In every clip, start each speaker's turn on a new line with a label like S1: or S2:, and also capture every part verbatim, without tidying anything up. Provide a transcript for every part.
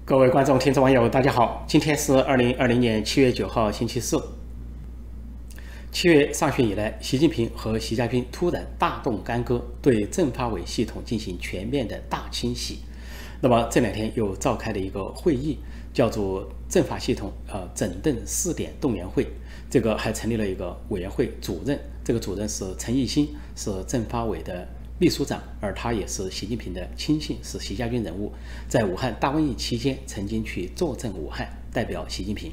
S1: 各位观众、听众、网友，大家好！今天是二零二零年七月九号，星期四。七月上旬以来，习近平和习家军突然大动干戈，对政法委系统进行全面的大清洗。那么这两天又召开了一个会议，叫做政法系统呃整顿试点动员会。这个还成立了一个委员会主任，这个主任是陈毅新，是政法委的秘书长，而他也是习近平的亲信，是习家军人物，在武汉大瘟疫期间曾经去坐镇武汉，代表习近平。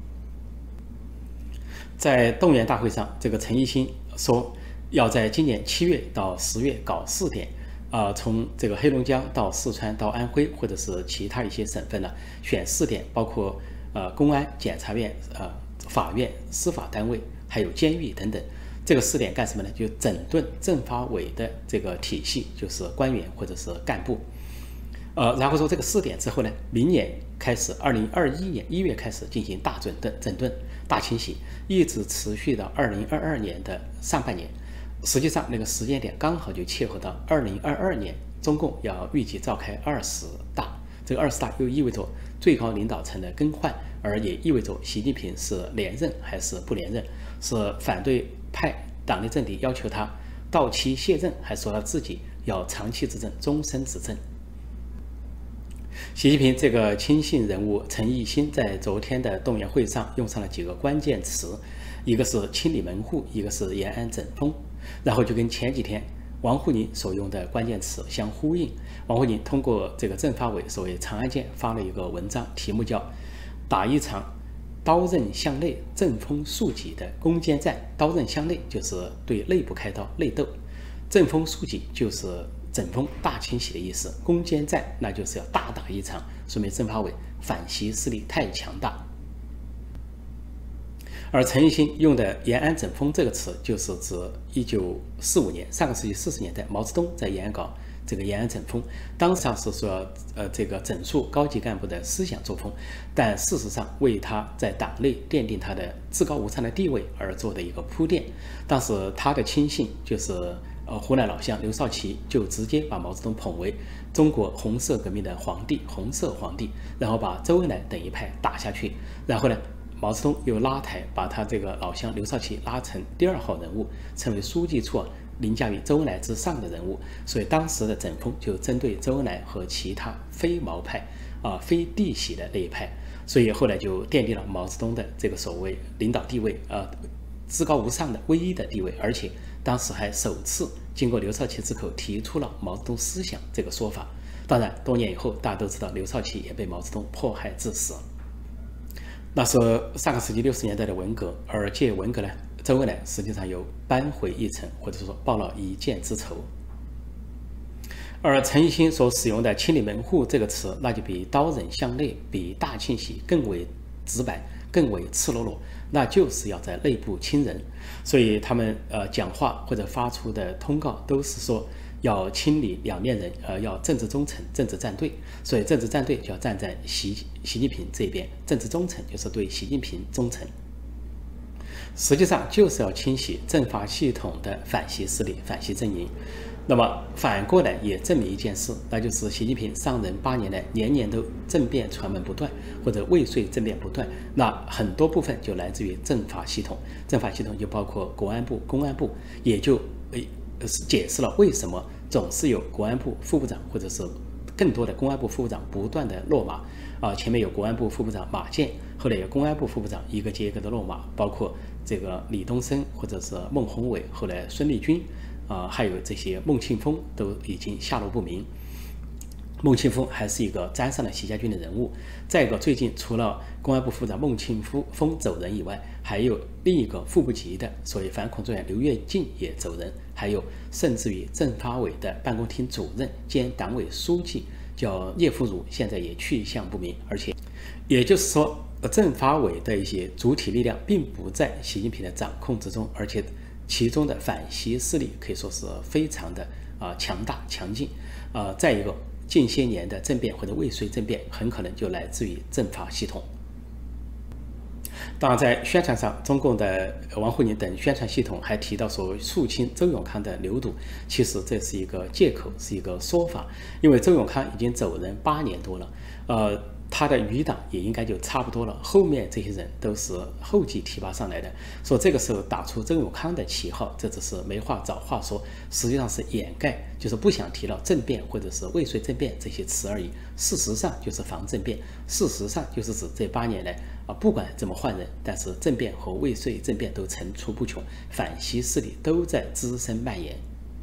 S1: 在动员大会上，这个陈毅新说，要在今年七月到十月搞试点，啊、呃，从这个黑龙江到四川到安徽，或者是其他一些省份呢，选试点，包括呃公安、检察院、呃法院、司法单位，还有监狱等等。这个试点干什么呢？就整顿政法委的这个体系，就是官员或者是干部。呃，然后说这个试点之后呢，明年开始，二零二一年一月开始进行大整顿、整顿、大清洗，一直持续到二零二二年的上半年。实际上，那个时间点刚好就切合到二零二二年，中共要预计召开二十大。这个二十大又意味着最高领导层的更换，而也意味着习近平是连任还是不连任，是反对派党内政敌要求他到期卸任，还说他自己要长期执政、终身执政。习近平这个亲信人物陈毅新在昨天的动员会上用上了几个关键词，一个是清理门户，一个是延安整风，然后就跟前几天王沪宁所用的关键词相呼应。王沪宁通过这个政法委所谓长安监发了一个文章，题目叫打一场刀刃向内、阵风肃纪的攻坚战。刀刃向内就是对内部开刀、内斗；阵风肃纪就是整风大清洗的意思。攻坚战那就是要大打一场，说明政法委反习势力太强大。而陈毅新用的延安整风这个词，就是指一九四五年，上个世纪四十年代，毛泽东在延安搞这个延安整风，当时上是说呃这个整肃高级干部的思想作风，但事实上为他在党内奠定他的至高无上的地位而做的一个铺垫。当时他的亲信就是呃湖南老乡刘少奇，就直接把毛泽东捧为中国红色革命的皇帝，红色皇帝，然后把周恩来等一派打下去，然后呢，毛泽东又拉抬，把他这个老乡刘少奇拉成第二号人物，成为书记处凌驾于周恩来之上的人物。所以当时的整风就针对周恩来和其他非毛派啊、非弟系的那一派，所以后来就奠定了毛泽东的这个所谓领导地位啊、至高无上的唯一的地位，而且当时还首次经过刘少奇之口提出了毛泽东思想这个说法。当然，多年以后，大家都知道刘少奇也被毛泽东迫害致死。那是上个世纪六十年代的文革，而借文革呢，周恩来实际上有扳回一城，或者说报了一箭之仇。而陈毅新所使用的清理门户这个词，那就比刀刃向内、比大清洗更为直白、更为赤裸裸，那就是要在内部清人。所以他们呃讲话或者发出的通告都是说要清理两面人，呃，要政治忠诚、政治站队。所以政治站队就要站在习习近平这边，政治忠诚就是对习近平忠诚。实际上就是要清洗政法系统的反习势力、反习阵营。那么反过来也证明一件事，那就是习近平上任八年来，年年都政变传闻不断，或者未遂政变不断。那很多部分就来自于政法系统，政法系统就包括国安部、公安部，也就呃解释了为什么总是有国安部副部长或者是更多的公安部副部长不断的落马啊、呃，前面有国安部副部长马建，后来有公安部副部长一个接一个的落马，包括这个李东生或者是孟宏伟，后来孙立军啊、呃，还有这些孟庆峰都已经下落不明。孟庆峰还是一个沾上了习家军的人物。再一个，最近除了公安部副部长孟庆峰走人以外，还有另一个副部级的所谓反恐专员刘跃进也走人，还有甚至于政法委的办公厅主任兼党委书记叫聂福儒，现在也去向不明。而且，也就是说，政法委的一些主体力量并不在习近平的掌控之中，而且其中的反习势力可以说是非常的啊、呃、强大强劲啊、呃。再一个，近些年的政变或者未遂政变，很可能就来自于政法系统。当然，在宣传上，中共的王沪宁等宣传系统还提到说肃清周永康的流毒，其实这是一个借口，是一个说法，因为周永康已经走人八年多了，呃， 他的余党也应该就差不多了，后面这些人都是后继提拔上来的，说这个时候打出曾永康的旗号，这只是没话找话说，实际上是掩盖，就是不想提到政变或者是未遂政变这些词而已。事实上就是防政变，事实上就是指这八年来啊，不管怎么换人，但是政变和未遂政变都层出不穷，反西势力都在滋生蔓延。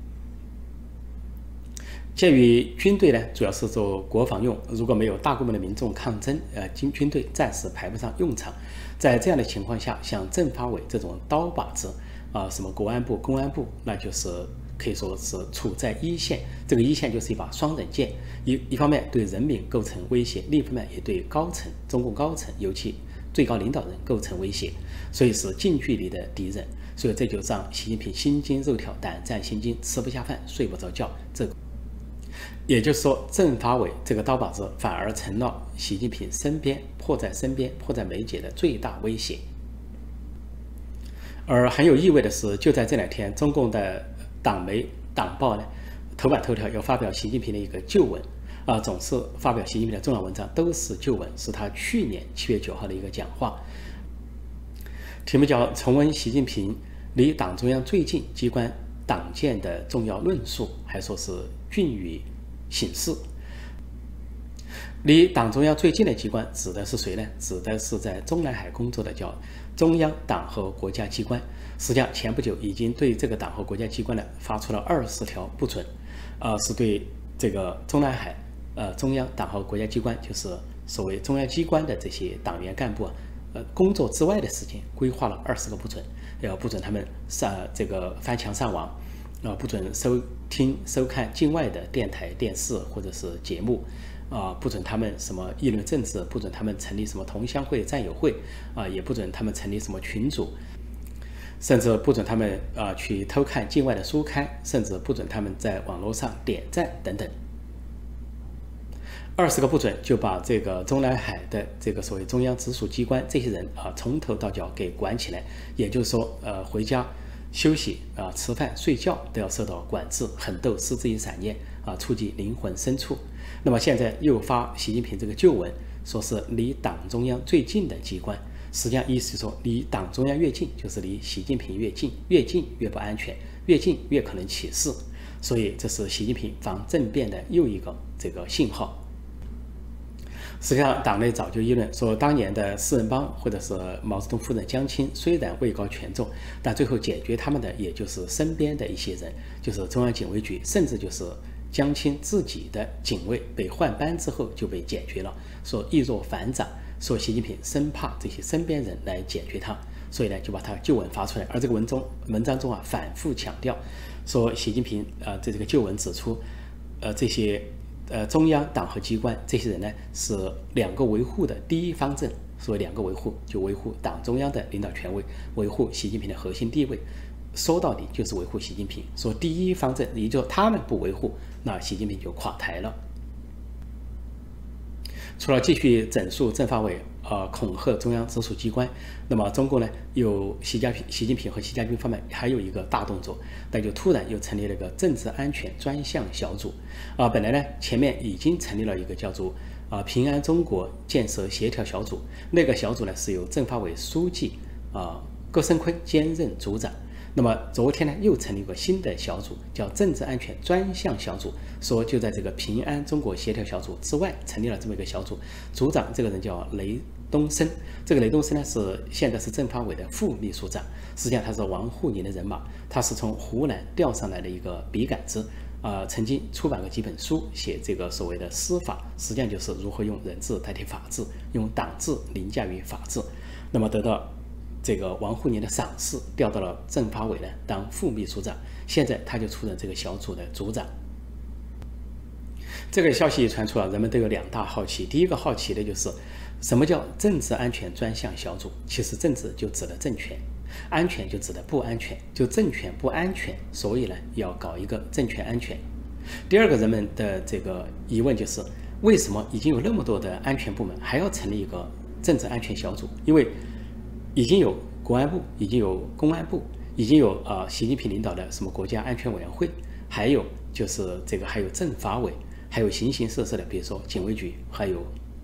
S1: 鉴于军队呢主要是做国防用，如果没有大规模的民众抗争，呃，军军队暂时派不上用场。在这样的情况下，像政法委这种刀把子啊、呃，什么国安部、公安部，那就是可以说是处在一线。这个一线就是一把双刃剑，一一方面对人民构成威胁，另一方面也对高层、中共高层，尤其最高领导人构成威胁，所以是近距离的敌人。所以这就让习近平心惊肉跳、胆战心惊、吃不下饭、睡不着觉。这个。也就是说，政法委这个刀把子反而成了习近平身边迫在身边、迫在眉睫的最大威胁。而很有意味的是，就在这两天，中共的党媒、党报呢，头版头条要发表习近平的一个旧文啊，总是发表习近平的重要文章，都是旧文，是他去年七月九号的一个讲话，题目叫“重温习近平离党中央最近机关党建的重要论述”，还说是俊语醒世。离党中央最近的机关指的是谁呢？指的是在中南海工作的叫中央党和国家机关。实际上，前不久已经对这个党和国家机关呢发出了二十条不准，呃，是对这个中南海呃中央党和国家机关，就是所谓中央机关的这些党员干部啊，呃，工作之外的时间规划了二十个不准，要不准他们上这个翻墙上网，啊、呃，不准收听收看境外的电台、电视或者是节目。啊，不准他们什么议论政治，不准他们成立什么同乡会、战友会，啊，也不准他们成立什么群组，甚至不准他们啊去偷看境外的书刊，甚至不准他们在网络上点赞等等。二十个不准就把这个中南海的这个所谓中央直属机关这些人啊从头到脚给管起来，也就是说，呃，回家休息啊、吃饭、睡觉都要受到管制，狠斗失之以散念啊，触及灵魂深处。那么现在又发习近平这个旧文，说是离党中央最近的机关，实际上意思是说，离党中央越近，就是离习近平越近，越近越不安全，越近越可能起事。所以这是习近平防政变的又一个这个信号。实际上，党内早就议论说，当年的四人帮或者是毛泽东夫人江青，虽然位高权重，但最后解决他们的也就是身边的一些人，就是中央警卫局，甚至就是江青自己的警卫被换班之后就被解决了。说易若反掌，说习近平生怕这些身边人来解决他，所以呢就把他旧文发出来。而这个文中文章中啊，反复强调说，习近平呃在这个旧文指出，呃这些。呃，中央党和机关这些人呢，是两个维护的第一方阵。所谓两个维护，就维护党中央的领导权威，维护习近平的核心地位。说到底就是维护习近平。说第一方阵，也就是他们不维护，那习近平就垮台了。除了继续整肃政法委，呃，恐吓中央直属机关，那么中共呢，有习家平、习近平和习家军方面还有一个大动作，那就突然又成立了一个政治安全专项小组。啊、呃，本来呢，前面已经成立了一个叫做啊、呃、平安中国建设协调小组，那个小组呢是由政法委书记啊、呃、葛声坤兼任组长。那么昨天呢，又成立一个新的小组，叫政治安全专项小组，说就在这个平安中国协调小组之外成立了这么一个小组，组长这个人叫雷东升，这个雷东升呢是现在是政法委的副秘书长，实际上他是王沪宁的人马，他是从湖南调上来的一个笔杆子，呃，曾经出版过几本书，写这个所谓的司法，实际上就是如何用人治代替法治，用党治凌驾于法治，那么得到这个王沪宁的赏识，调到了政法委呢当副秘书长，现在他就出任这个小组的组长。这个消息一传出啊，人们都有两大好奇。第一个好奇的就是什么叫政治安全专项小组？其实政治就指的政权，安全就指的不安全，就政权不安全，所以呢要搞一个政权安全。第二个人们的这个疑问就是，为什么已经有那么多的安全部门，还要成立一个政治安全小组？因为已经有国安部，已经有公安部，已经有呃习近平领导的什么国家安全委员会，还有就是这个还有政法委，还有形形色色的，比如说警卫局，还有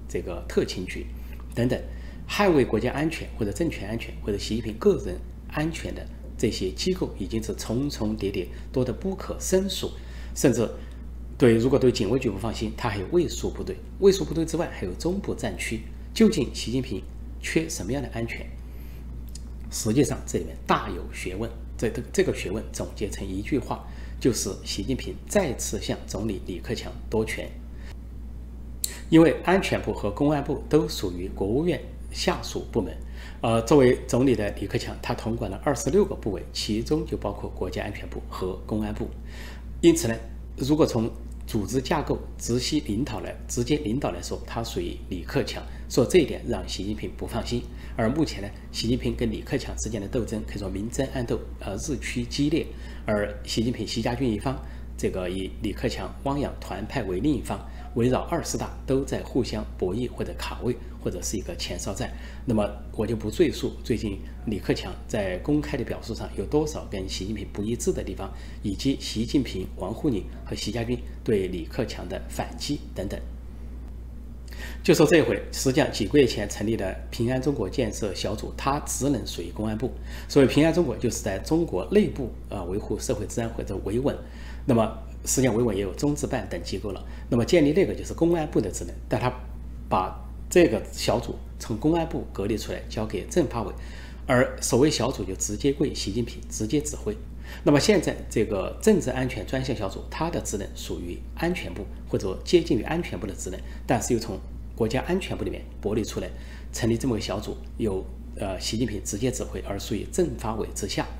S1: 这个特勤局等等，捍卫国家安全或者政权安全或者习近平个人安全的这些机构已经是重重叠叠，多得不可胜数。甚至对如果对警卫局不放心，他还有卫戍部队，卫戍部队之外还有中部战区。究竟习近平缺什么样的安全？实际上这里面大有学问。这这个学问总结成一句话，就是习近平再次向总理李克强夺权。因为安全部和公安部都属于国务院下属部门，呃，作为总理的李克强，他统管了二十六个部委，其中就包括国家安全部和公安部。因此呢，如果从组织架构、直系领导来直接领导来说，他属于李克强，所以这一点让习近平不放心。而目前呢，习近平跟李克强之间的斗争可以说明争暗斗，呃，日趋激烈。而习近平、习家军一方，这个以李克强、汪洋团派为另一方，围绕二十大都在互相博弈或者卡位，或者是一个前哨战。那么我就不赘述最近李克强在公开的表述上有多少跟习近平不一致的地方，以及习近平、王沪宁和习家军对李克强的反击等等。就说这一回，实际上几个月前成立的平安中国建设小组，它职能属于公安部。所谓平安中国，就是在中国内部啊、呃、维护社会治安或者维稳。那么实际上维稳也有中治办等机构了。那么建立那个就是公安部的职能，但他把这个小组从公安部隔离出来，交给政法委，而所谓小组就直接归习近平直接指挥。那么现在这个政治安全专项小组，它的职能属于安全部或者接近于安全部的职能，但是又从国家安全部里面剥离出来，成立这么个小组，由呃习近平直接指挥，而属于政法委之下。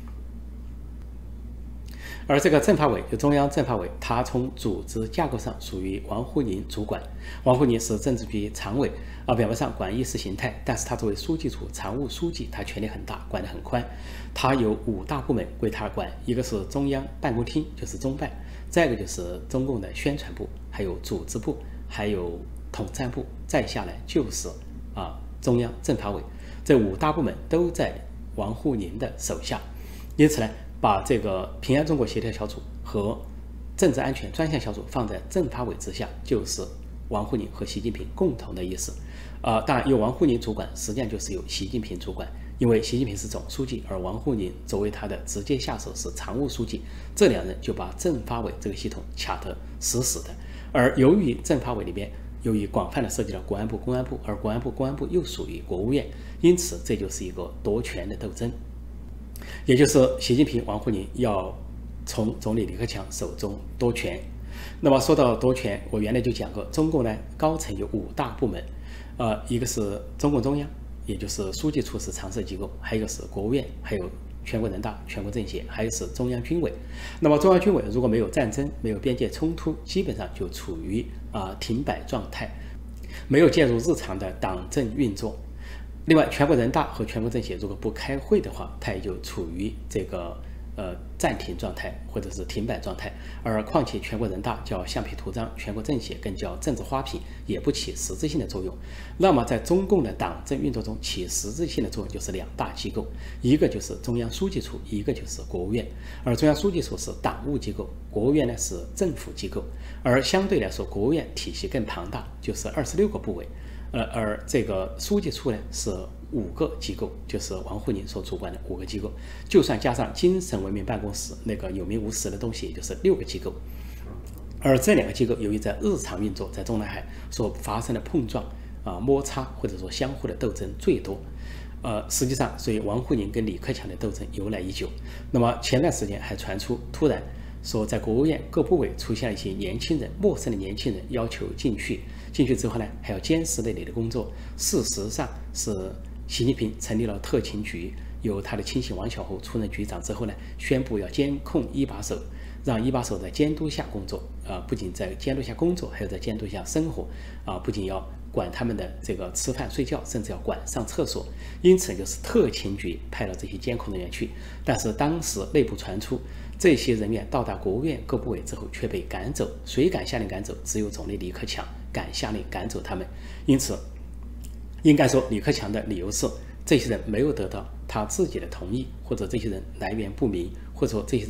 S1: 而这个政法委就中央政法委，它从组织架构上属于王沪宁主管。王沪宁是政治局常委啊，表面上管意识形态，但是他作为书记处常务书记，他权力很大，管得很宽。他有五大部门归他管，一个是中央办公厅，就是中办；再一个就是中共的宣传部，还有组织部，还有统战部，再下来就是啊中央政法委。这五大部门都在王沪宁的手下，因此呢，把这个平安中国协调小组和政治安全专项小组放在政法委之下，就是王沪宁和习近平共同的意思。呃，当然由王沪宁主管，实际上就是由习近平主管，因为习近平是总书记，而王沪宁作为他的直接下手是常务书记，这两人就把政法委这个系统卡得死死的。而由于政法委里面由于广泛的涉及到国安部、公安部，而国安部、公安部又属于国务院，因此这就是一个夺权的斗争。也就是习近平、王沪宁要从总理李克强手中夺权。那么说到夺权，我原来就讲过，中共呢高层有五大部门，呃，一个是中共中央，也就是书记处是常设机构，还有一个是国务院，还有全国人大、全国政协，还有是中央军委。那么中央军委如果没有战争、没有边界冲突，基本上就处于啊、呃、停摆状态，没有介入日常的党政运作。另外，全国人大和全国政协如果不开会的话，它也就处于这个呃暂停状态或者是停摆状态。而况且全国人大叫橡皮图章，全国政协更叫政治花瓶，也不起实质性的作用。那么在中共的党政运作中起实质性的作用就是两大机构，一个就是中央书记处，一个就是国务院。而中央书记处是党务机构，国务院呢是政府机构。而相对来说，国务院体系更庞大，就是二十六个部委。呃，而这个书记处呢是五个机构，就是王沪宁所主管的五个机构，就算加上精神文明办公室那个有名无实的东西，也就是六个机构。而这两个机构由于在日常运作，在中南海所发生的碰撞啊、摩擦或者说相互的斗争最多。呃，实际上，所以王沪宁跟李克强的斗争由来已久。那么前段时间还传出，突然说在国务院各部委出现了一些年轻人，陌生的年轻人要求进去。进去之后呢，还要监视内里的工作。事实上是习近平成立了特勤局，由他的亲信王小侯出任局长之后呢，宣布要监控一把手，让一把手在监督下工作。啊、呃，不仅在监督下工作，还要在监督下生活。啊、呃，不仅要管他们的这个吃饭睡觉，甚至要管上厕所。因此，就是特勤局派了这些监控人员去。但是当时内部传出，这些人员到达国务院各部委之后却被赶走，谁敢下令赶走？只有总理李克强敢下令赶走他们。因此，应该说李克强的理由是，这些人没有得到他自己的同意，或者这些人来源不明，或者说这些人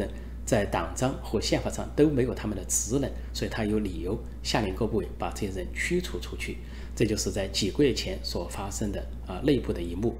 S1: 在党章或宪法上都没有他们的职能，所以他有理由下令各部委把这些人驱逐出去。这就是在几个月前所发生的啊内部的一幕。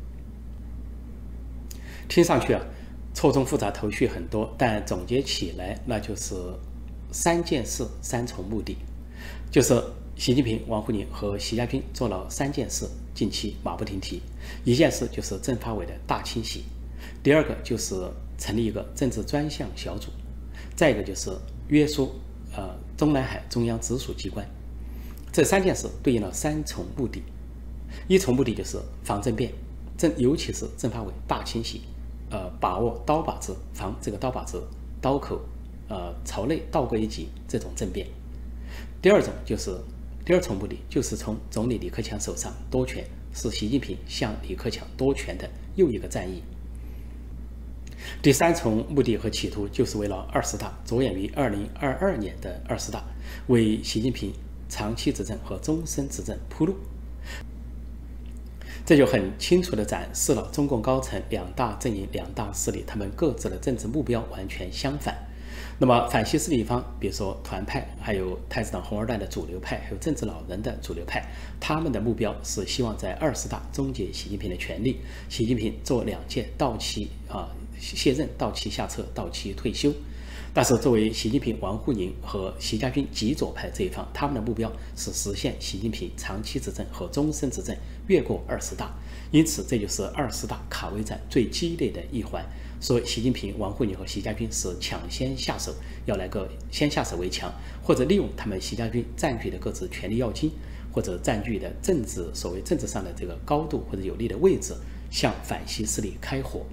S1: 听上去啊错综复杂，头绪很多，但总结起来那就是三件事三重目的，就是习近平、王沪宁和习家军做了三件事，近期马不停蹄。一件事就是政法委的大清洗，第二个就是成立一个政治专项小组，再一个就是约束呃中南海中央直属机关。这三件事对应了三重目的。一重目的就是防政变，政尤其是政法委大清洗，呃，把握刀把子，防这个刀把子、刀口，呃，朝内倒戈一级这种政变。第二种就是第二重目的，就是从总理李克强手上夺权，是习近平向李克强夺权的又一个战役。第三重目的和企图，就是为了二十大，着眼于二零二二年的二十大，为习近平长期执政和终身执政铺路。这就很清楚地展示了中共高层两大阵营、两大势力，他们各自的政治目标完全相反。那么反西势力一方，比如说团派，还有太子党红二代的主流派，还有政治老人的主流派，他们的目标是希望在二十大终结习近平的权力，习近平做两届到期啊卸任、到期下撤、到期退休。但是作为习近平、王沪宁和习家军极左派这一方，他们的目标是实现习近平长期执政和终身执政，越过二十大。因此这就是二十大卡位战最激烈的一环。所以习近平、王沪宁和习家军是抢先下手，要来个先下手为强，或者利用他们习家军占据的各自权力要津，或者占据的政治所谓政治上的这个高度或者有利的位置，向反西势力开火。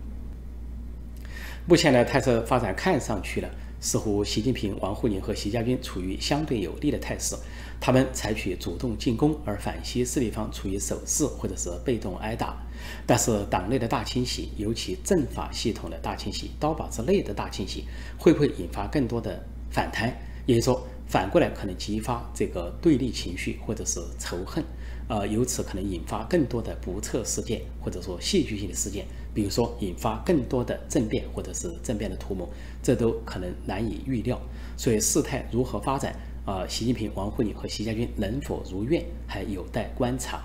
S1: 目前的态势发展看上去呢，似乎习近平、王沪宁和习家军处于相对有利的态势，他们采取主动进攻，而反西势力方处于守势或者是被动挨打。但是党内的大清洗，尤其政法系统的大清洗、刀把子类的大清洗，会不会引发更多的反弹？也就是说，反过来可能激发这个对立情绪或者是仇恨，呃，由此可能引发更多的不测事件，或者说戏剧性的事件，比如说引发更多的政变或者是政变的图谋，这都可能难以预料。所以事态如何发展啊、呃，习近平、王沪宁和习家军能否如愿，还有待观察。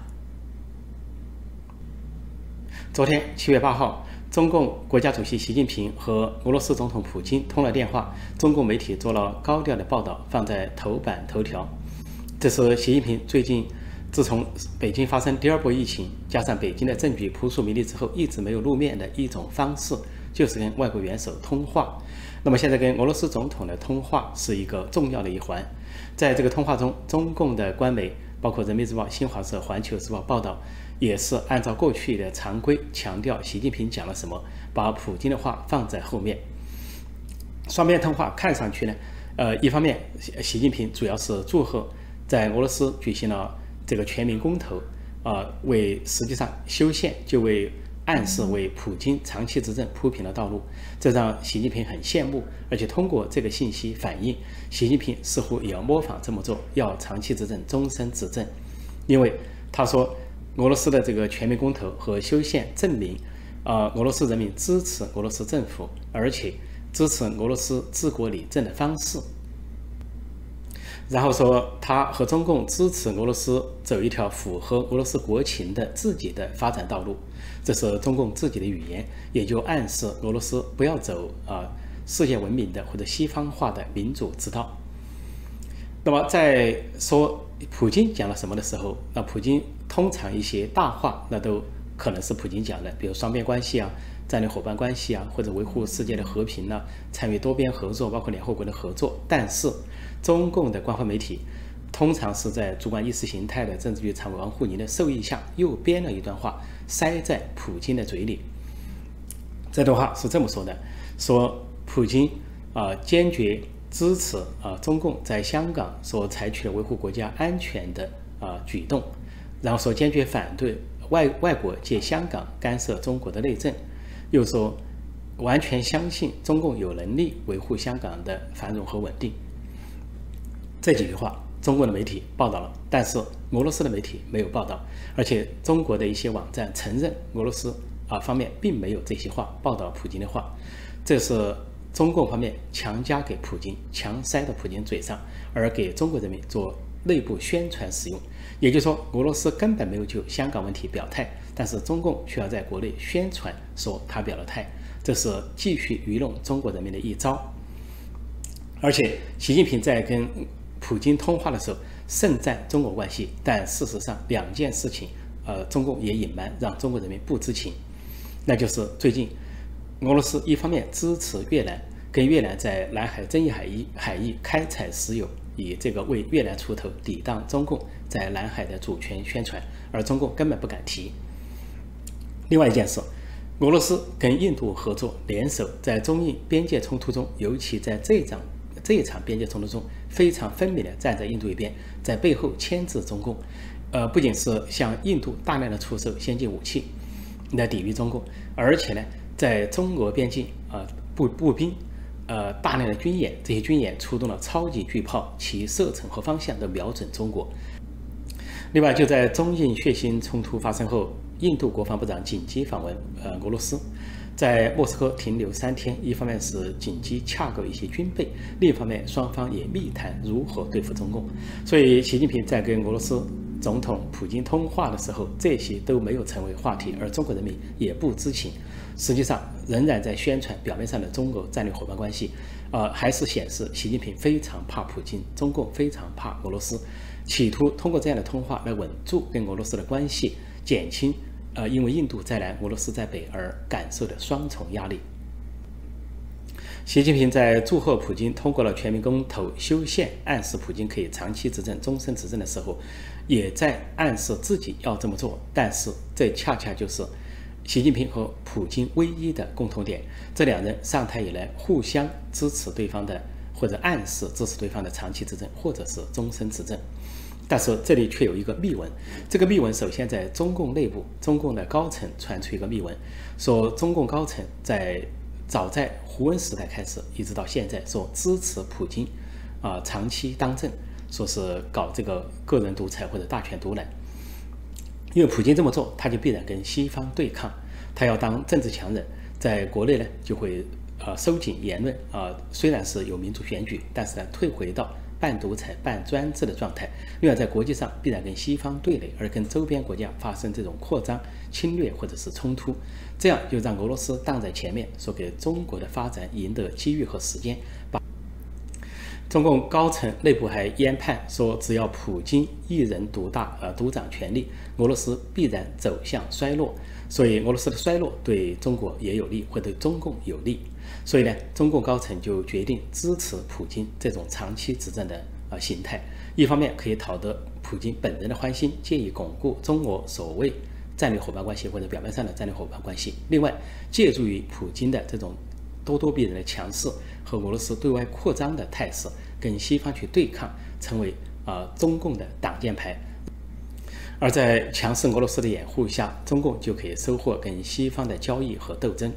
S1: 昨天七月八号，中共国家主席习近平和俄罗斯总统普京通了电话，中共媒体做了高调的报道，放在头版头条。这是习近平最近自从北京发生第二波疫情，加上北京的政局扑朔迷离之后，一直没有露面的一种方式，就是跟外国元首通话。那么现在跟俄罗斯总统的通话是一个重要的一环。在这个通话中，中共的官媒包括人民日报、新华社、环球时报报道，也是按照过去的常规强调习近平讲了什么，把普京的话放在后面。双边通话看上去呢，呃，一方面习近平主要是祝贺在俄罗斯举行了这个全民公投，啊、呃，为实际上修宪就为暗示为普京长期执政铺平了道路，这让习近平很羡慕，而且通过这个信息反映，习近平似乎也要模仿这么做，要长期执政、终身执政。因为他说，俄罗斯的这个全民公投和修宪证明，啊、呃，俄罗斯人民支持俄罗斯政府，而且支持俄罗斯治国理政的方式。然后说，他和中共支持俄罗斯走一条符合俄罗斯国情的自己的发展道路，这是中共自己的语言，也就暗示俄罗斯不要走啊、呃、世界文明的或者西方化的民主之道。那么在说普京讲了什么的时候，那普京通常一些大话，那都可能是普京讲的，比如双边关系啊、战略伙伴关系啊，或者维护世界的和平啊，参与多边合作，包括联合国的合作。但是中共的官方媒体通常是在主管意识形态的政治局常委王沪宁的授意下，又编了一段话塞在普京的嘴里。这段话是这么说的：说普京啊、呃、坚决支持啊、呃、中共在香港所采取的维护国家安全的啊、呃、举动，然后说坚决反对外外国借香港干涉中国的内政，又说完全相信中共有能力维护香港的繁荣和稳定。这几句话中国的媒体报道了，但是俄罗斯的媒体没有报道，而且中国的一些网站承认俄罗斯啊方面并没有这些话报道普京的话，这是中共方面强加给普京，强塞到普京嘴上，而给中国人民做内部宣传使用。也就是说，俄罗斯根本没有就香港问题表态，但是中共却要在国内宣传说他表了态，这是继续愚弄中国人民的一招。而且，习近平在跟普京通话的时候盛赞中国关系，但事实上两件事情，呃，中共也隐瞒，让中国人民不知情。那就是最近，俄罗斯一方面支持越南，跟越南在南海争议海域海域开采石油，以这个为越南出头，抵挡中共在南海的主权宣传，而中共根本不敢提。另外一件事，俄罗斯跟印度合作联手，在中印边界冲突中，尤其在这一场这一场边界冲突中，非常分明地站在印度一边，在背后牵制中共。呃，不仅是向印度大量的出售先进武器来抵御中共，而且呢，在中俄边境啊、呃、步步兵。呃，大量的军演，这些军演出动了超级巨炮，其射程和方向都瞄准中国。另外，就在中印血腥冲突发生后，印度国防部长紧急访问呃俄罗斯，在莫斯科停留三天。一方面是紧急洽购一些军备，另一方面双方也密谈如何对付中共。所以，习近平在跟俄罗斯总统普京通话的时候，这些都没有成为话题，而中国人民也不知情。实际上仍然在宣传表面上的中俄战略伙伴关系，呃，还是显示习近平非常怕普京，中共非常怕俄罗斯，企图通过这样的通话来稳住跟俄罗斯的关系，减轻呃因为印度在南、俄罗斯在北而感受的双重压力。习近平在祝贺普京通过了全民公投修宪，暗示普京可以长期执政、终身执政的时候，也在暗示自己要这么做。但是这恰恰就是习近平和普京唯一的共同点，这两人上台以来互相支持对方的，或者暗示支持对方的长期执政，或者是终身执政。但是这里却有一个秘闻，这个秘闻首先在中共内部，中共的高层传出一个秘闻，说中共高层在早在胡温时代开始，一直到现在，说支持普京啊、呃、长期当政，说是搞这个个人独裁或者大权独揽。因为普京这么做，他就必然跟西方对抗，他要当政治强人，在国内呢就会呃收紧言论啊、呃，虽然是有民主选举，但是呢退回到半独裁半专制的状态。另外在国际上必然跟西方对垒，而跟周边国家发生这种扩张、侵略或者是冲突，这样就让俄罗斯挡在前面，说给中国的发展赢得机遇和时间。把中共高层内部还研判说，只要普京一人独大，呃，独掌权力，俄罗斯必然走向衰落。所以，俄罗斯的衰落对中国也有利，或对中共有利。所以呢，中共高层就决定支持普京这种长期执政的呃形态。一方面可以讨得普京本人的欢心，借以巩固中俄所谓战略伙伴关系或者表面上的战略伙伴关系。另外，借助于普京的这种咄咄逼人的强势和俄罗斯对外扩张的态势，跟西方去对抗，成为啊、呃、中共的挡箭牌。而在强势俄罗斯的掩护下，中共就可以收获跟西方的交易和斗争。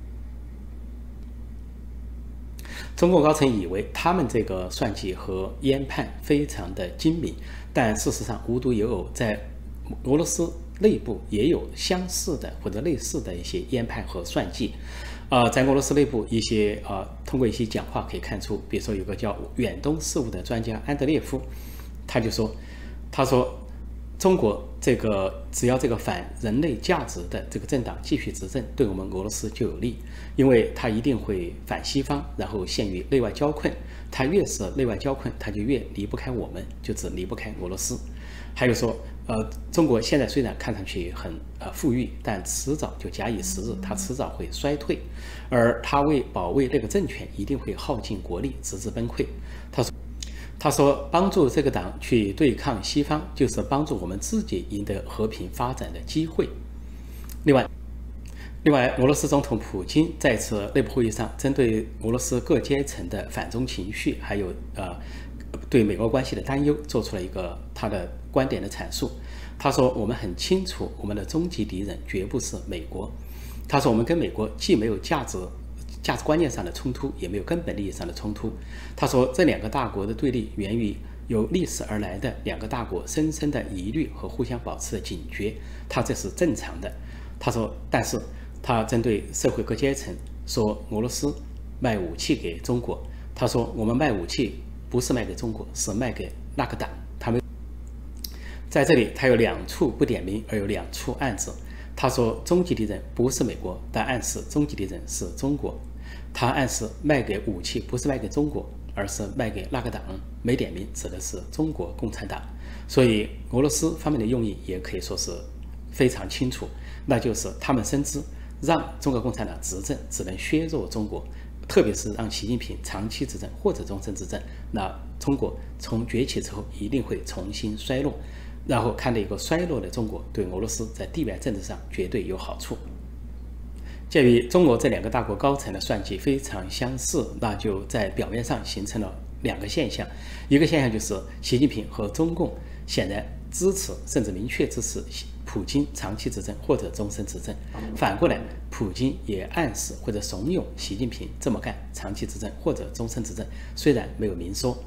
S1: 中共高层以为他们这个算计和研判非常的精明，但事实上无独有偶，在俄罗斯内部也有相似的或者类似的一些研判和算计。呃，在俄罗斯内部一些呃，通过一些讲话可以看出，比如说有个叫远东事务的专家安德烈夫，他就说，他说中国这个只要这个反人类价值的这个政党继续执政，对我们俄罗斯就有利，因为他一定会反西方，然后陷于内外交困。他越是内外交困，他就越离不开我们，就只离不开俄罗斯。还有说，呃，中国现在虽然看上去很呃富裕，但迟早就假以时日，它迟早会衰退，而他为保卫那个政权，一定会耗尽国力，直至崩溃。他说。他说，帮助这个党去对抗西方，就是帮助我们自己赢得和平发展的机会。另外，另外，俄罗斯总统普京在此内部会议上，针对俄罗斯各阶层的反中情绪，还有呃对美国关系的担忧，做出了一个他的观点的阐述。他说，我们很清楚，我们的终极敌人绝不是美国。他说，我们跟美国既没有价值。价值观念上的冲突，也没有根本利益上的冲突。他说，这两个大国的对立源于由历史而来的两个大国深深的疑虑和互相保持的警觉，他这是正常的。他说，但是他针对社会各阶层说，俄罗斯卖武器给中国。他说我们卖武器不是卖给中国，是卖给那个党。他们在这里他有两处不点名，而有两处暗指。他说终极敌人不是美国，但暗示终极敌人是中国。他暗示卖给武器不是卖给中国，而是卖给那个党，没点名指的是中国共产党。所以俄罗斯方面的用意也可以说是非常清楚，那就是他们深知让中国共产党执政只能削弱中国，特别是让习近平长期执政或者终身执政，那中国从崛起之后一定会重新衰落，然后看到一个衰落的中国对俄罗斯在地缘政治上绝对有好处。鉴于中俄这两个大国高层的算计非常相似，那就在表面上形成了两个现象。一个现象就是习近平和中共显然支持甚至明确支持普京长期执政或者终身执政，反过来普京也暗示或者怂恿习近平这么干，长期执政或者终身执政，虽然没有明说。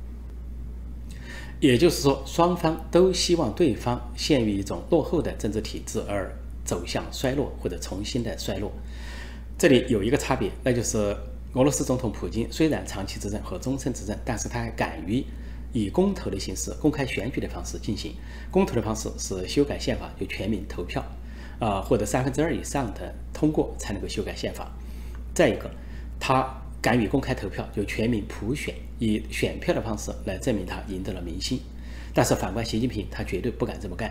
S1: 也就是说，双方都希望对方陷于一种落后的政治体制而走向衰落或者重新的衰落。这里有一个差别，那就是俄罗斯总统普京虽然长期执政和终身执政，但是他还敢于以公投的形式、公开选举的方式进行。公投的方式是修改宪法，就全民投票，啊、呃，或者三分之二以上的通过才能够修改宪法。再一个，他敢于公开投票，就全民普选，以选票的方式来证明他赢得了民心。但是反观习近平，他绝对不敢这么干。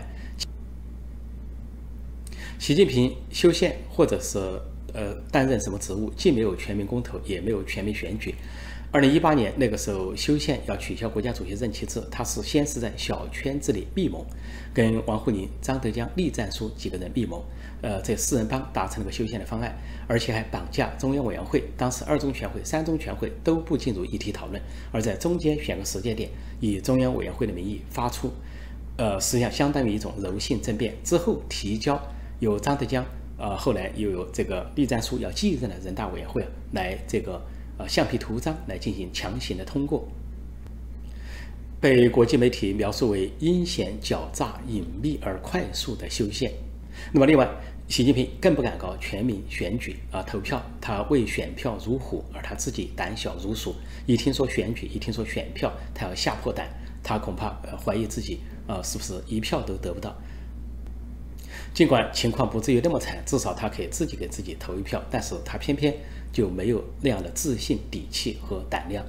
S1: 习近平修宪或者是呃担任什么职务，既没有全民公投，也没有全民选举。二零一八年那个时候修宪要取消国家主席任期制，他是先是在小圈子里密谋，跟王沪宁、张德江、栗战书几个人密谋，呃，这四人帮达成了个修宪的方案，而且还绑架中央委员会。当时二中全会、三中全会都不进入议题讨论，而在中间选个时间点，以中央委员会的名义发出，呃，实际上相当于一种柔性政变。之后提交由张德江，呃，后来又有这个栗战书要继任的人大委员会来这个。呃，橡皮图章来进行强行的通过，被国际媒体描述为阴险、狡诈、隐秘而快速的修宪。那么，另外，习近平更不敢搞全民选举啊、呃、投票，他为选票如虎，而他自己胆小如鼠。一听说选举，一听说选票，他要吓破胆，他恐怕呃怀疑自己呃是不是一票都得不到。尽管情况不至于那么惨，至少他可以自己给自己投一票，但是他偏偏就没有那样的自信、底气和胆量。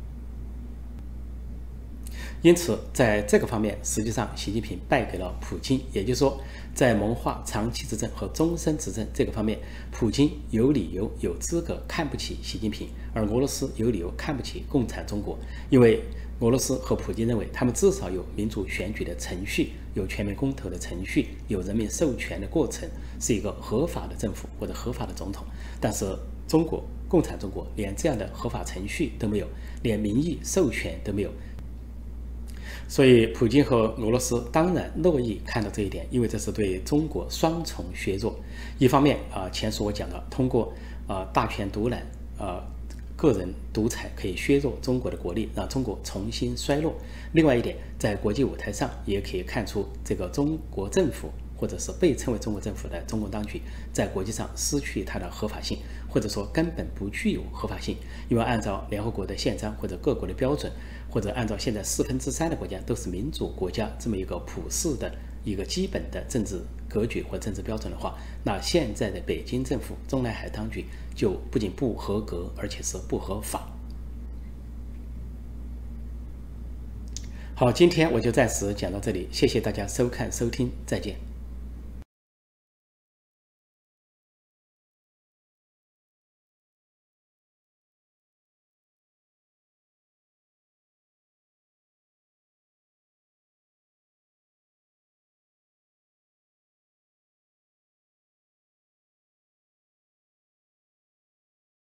S1: 因此，在这个方面，实际上习近平败给了普京。也就是说，在谋划长期执政和终身执政这个方面，普京有理由、有资格看不起习近平，而俄罗斯有理由看不起共产中国，因为俄罗斯和普京认为，他们至少有民主选举的程序，有全民公投的程序，有人民授权的过程，是一个合法的政府或者合法的总统。但是中国共产中国连这样的合法程序都没有，连民意授权都没有。所以普京和俄罗斯当然乐意看到这一点，因为这是对中国双重削弱。一方面啊、呃，前述我讲了，通过啊、呃、大权独揽啊。呃个人独裁可以削弱中国的国力，让中国重新衰落。另外一点，在国际舞台上也可以看出，这个中国政府或者是被称为中国政府的中共当局，在国际上失去它的合法性，或者说根本不具有合法性。因为按照联合国的宪章或者各国的标准，或者按照现在四分之三的国家都是民主国家这么一个普世的一个基本的政治格局或政治标准的话，那现在的北京政府、中南海当局就不仅不合格，而且是不合法。好，今天我就暂时讲到这里，谢谢大家收看收听，再见。